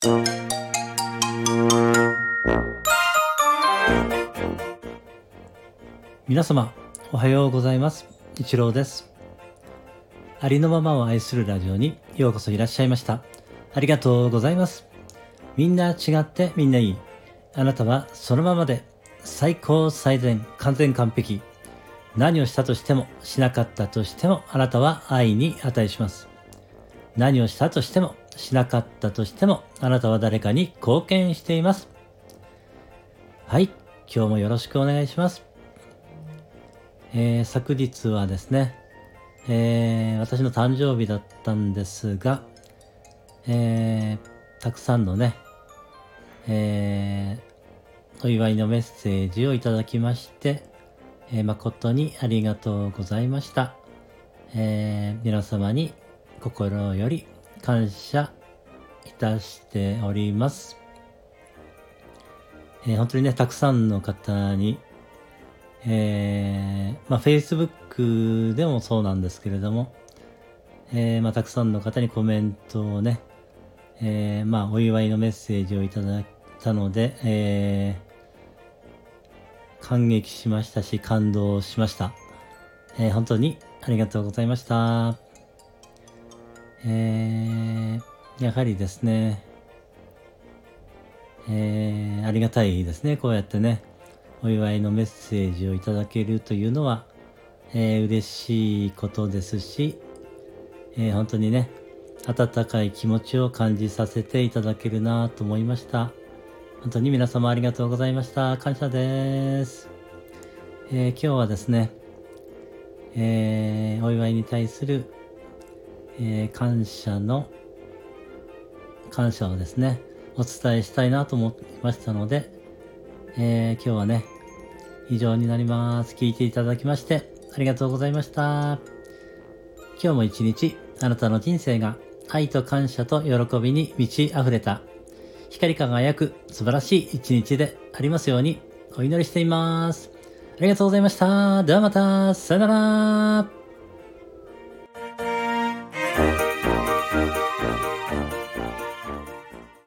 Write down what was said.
皆様おはようございます。一郎です。ありのままを愛するラジオにようこそいらっしゃいました。ありがとうございます。みんな違ってみんないい。あなたはそのままで最高最善完全完璧。何をしたとしてもしなかったとしてもあなたは愛に値します。何をしたとしてもしなかったとしてもあなたは誰かに貢献しています。はい、今日もよろしくお願いします。昨日はですね、私の誕生日だったんですが、たくさんのね、お祝いのメッセージをいただきまして、誠にありがとうございました。皆様に心より感謝いたしております。本当にね、たくさんの方に、Facebook でもそうなんですけれども、たくさんの方にコメントをね、お祝いのメッセージをいただいたので、感激しましたし、感動しました。本当にありがとうございました。やはりですね、ありがたいですね。こうやってね、お祝いのメッセージをいただけるというのは、嬉しいことですし、本当にね、温かい気持ちを感じさせていただけるなと思いました。本当に皆様ありがとうございました。感謝です。今日はですね、お祝いに対する、感謝をですね、お伝えしたいなと思いましたので、今日はね、以上になります。聞いていただきましてありがとうございました。今日も一日あなたの人生が愛と感謝と喜びに満ち溢れた光り輝く素晴らしい一日でありますようにお祈りしています。ありがとうございました。ではまた。さよなら。